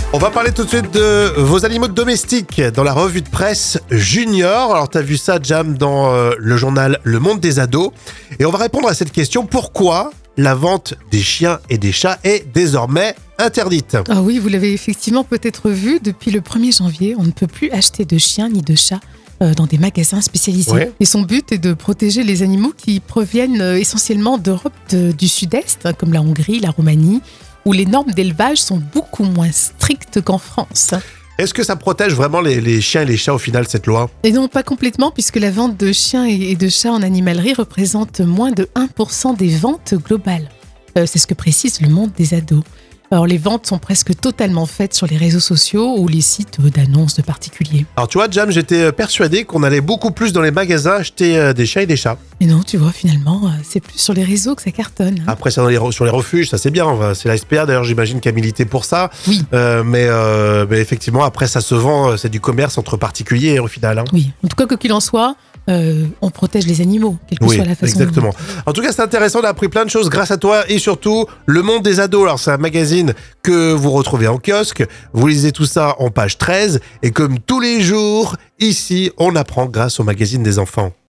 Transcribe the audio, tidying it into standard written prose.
On va parler tout de suite de vos animaux domestiques dans la revue de presse Junior. Alors, t'as vu ça, Jam, dans le journal Le Monde des ados. Et on va répondre à cette question. Pourquoi la vente des chiens et des chats est désormais interdite? Ah oui, vous l'avez effectivement peut-être vu, depuis le 1er janvier, on ne peut plus acheter de chiens ni de chats dans des magasins spécialisés. Ouais. Et son but est de protéger les animaux qui proviennent essentiellement d'Europe du Sud-Est, comme la Hongrie, la Roumanie, où les normes d'élevage sont beaucoup moins strictes qu'en France. Est-ce que ça protège vraiment les chiens et les chats au final, cette loi? Et non, pas complètement, puisque la vente de chiens et de chats en animalerie représente moins de 1% des ventes globales. C'est ce que précise Le Monde des ados. Alors, les ventes sont presque totalement faites sur les réseaux sociaux ou les sites d'annonces de particuliers. Alors, tu vois, Jam, j'étais persuadé qu'on allait beaucoup plus dans les magasins acheter des chiens et des chats. Mais non, tu vois, finalement, c'est plus sur les réseaux que ça cartonne. Après, c'est sur les refuges, ça c'est bien. C'est la SPA, d'ailleurs, j'imagine, qui a milité pour ça. Oui. Mais effectivement, après, ça se vend, c'est du commerce entre particuliers au final. Hein. Oui, en tout cas, quoi qu'il en soit, on protège les animaux, quelle que soit la façon. Exactement. En tout cas, c'est intéressant, on a appris plein de choses grâce à toi et surtout Le Monde des ados. Alors, c'est un magazine que vous retrouvez en kiosque. Vous lisez tout ça en page 13. Et comme tous les jours, ici, on apprend grâce au magazine des enfants.